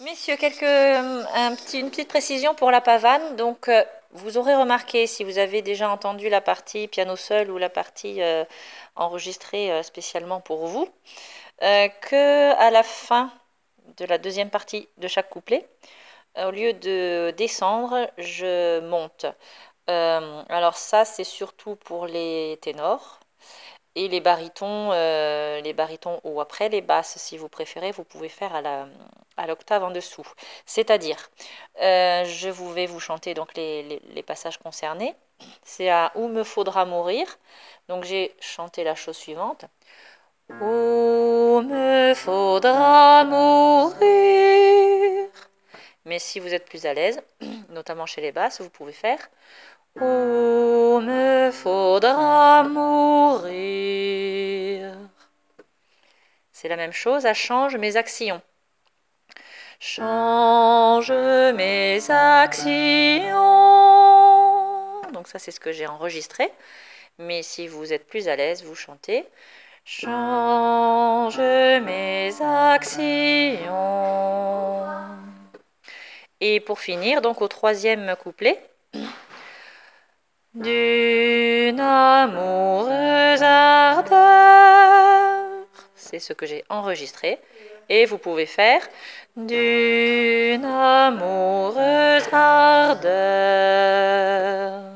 Messieurs, une petite précision pour la pavane. Donc, vous aurez remarqué, si vous avez déjà entendu la partie piano seul ou la partie enregistrée spécialement pour vous, que à la fin de la deuxième partie de chaque couplet, au lieu de descendre, je monte. Alors ça, c'est surtout pour les ténors. Et les barytons ou après les basses, si vous préférez, vous pouvez faire à l'octave en dessous. C'est-à-dire, je vais vous chanter donc les passages concernés. C'est à Où me faudra mourir. Donc j'ai chanté la chose suivante. Où me faudra mourir. Mais si vous êtes plus à l'aise, notamment chez les basses, vous pouvez faire Où me faudra mourir. C'est la même chose, à change mes actions. Change mes actions. Donc ça, c'est ce que j'ai enregistré. Mais si vous êtes plus à l'aise, vous chantez Change mes actions. Et pour finir, donc au troisième couplet, d'une amoureuse ardeur. C'est ce que j'ai enregistré. Et vous pouvez faire d'une amoureuse ardeur.